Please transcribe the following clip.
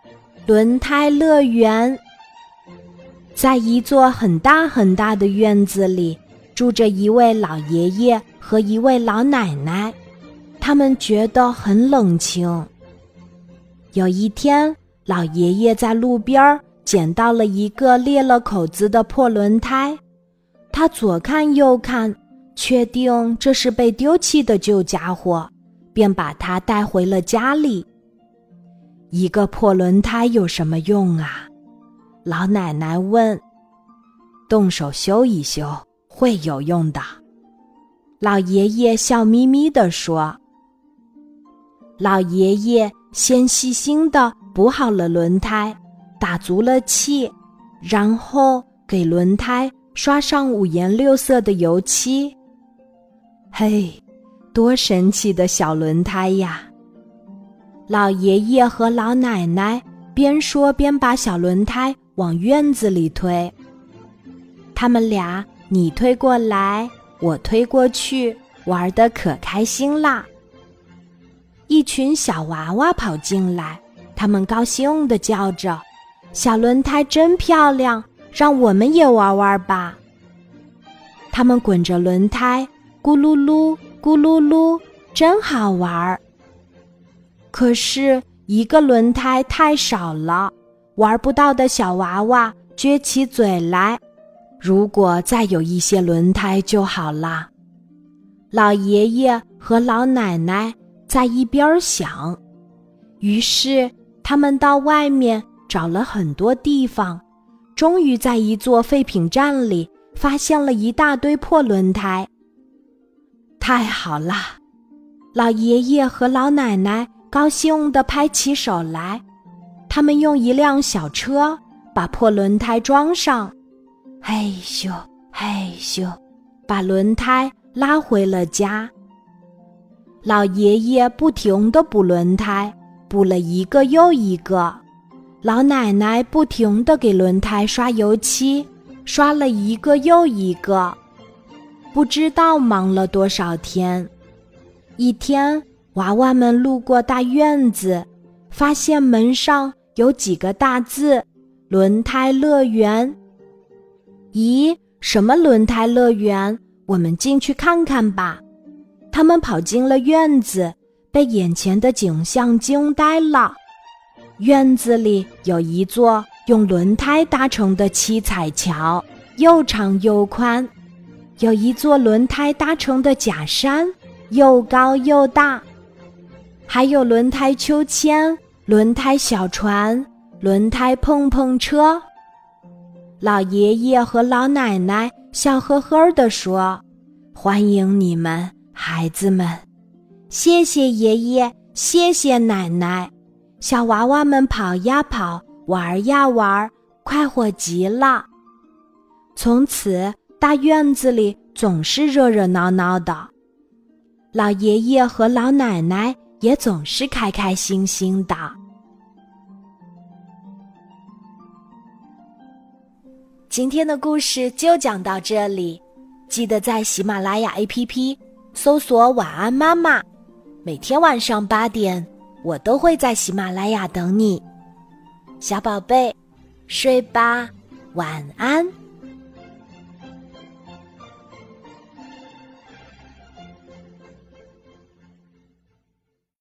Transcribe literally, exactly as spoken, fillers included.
轮胎乐园。在一座很大很大的院子里，住着一位老爷爷和一位老奶奶，他们觉得很冷清。有一天，老爷爷在路边捡到了一个裂了口子的破轮胎，他左看右看，确定这是被丢弃的旧家伙，便把它带回了家里。一个破轮胎有什么用啊？老奶奶问。动手修一修，会有用的。老爷爷笑眯眯地说。老爷爷先细心地补好了轮胎，打足了气，然后给轮胎刷上五颜六色的油漆。嘿，多神奇的小轮胎呀！老爷爷和老奶奶边说边把小轮胎往院子里推。他们俩你推过来，我推过去，玩得可开心啦。一群小娃娃跑进来，他们高兴地叫着：小轮胎真漂亮，让我们也玩玩吧。他们滚着轮胎，咕噜噜咕噜噜，真好玩。可是一个轮胎太少了，玩不到的小娃娃撅起嘴来，如果再有一些轮胎就好啦。老爷爷和老奶奶在一边想，于是他们到外面找了很多地方，终于在一座废品站里发现了一大堆破轮胎。太好啦！老爷爷和老奶奶高兴地拍起手来，他们用一辆小车把破轮胎装上，嘿咻嘿咻，把轮胎拉回了家。老爷爷不停地补轮胎，补了一个又一个。老奶奶不停地给轮胎刷油漆，刷了一个又一个。不知道忙了多少天。一天，娃娃们路过大院子，发现门上有几个大字：轮胎乐园。咦，什么轮胎乐园？我们进去看看吧。他们跑进了院子，被眼前的景象惊呆了。院子里有一座用轮胎搭成的七彩桥，又长又宽；有一座轮胎搭成的假山，又高又大；还有轮胎秋千、轮胎小船、轮胎碰碰车。老爷爷和老奶奶笑呵呵地说：欢迎你们，孩子们。谢谢爷爷，谢谢奶奶。小娃娃们跑呀跑，玩呀玩，快活极了。从此大院子里总是热热闹闹的，老爷爷和老奶奶也总是开开心心的。今天的故事就讲到这里，记得在喜马拉雅 A P P 搜索晚安妈妈，每天晚上八点，我都会在喜马拉雅等你。小宝贝，睡吧，晚安。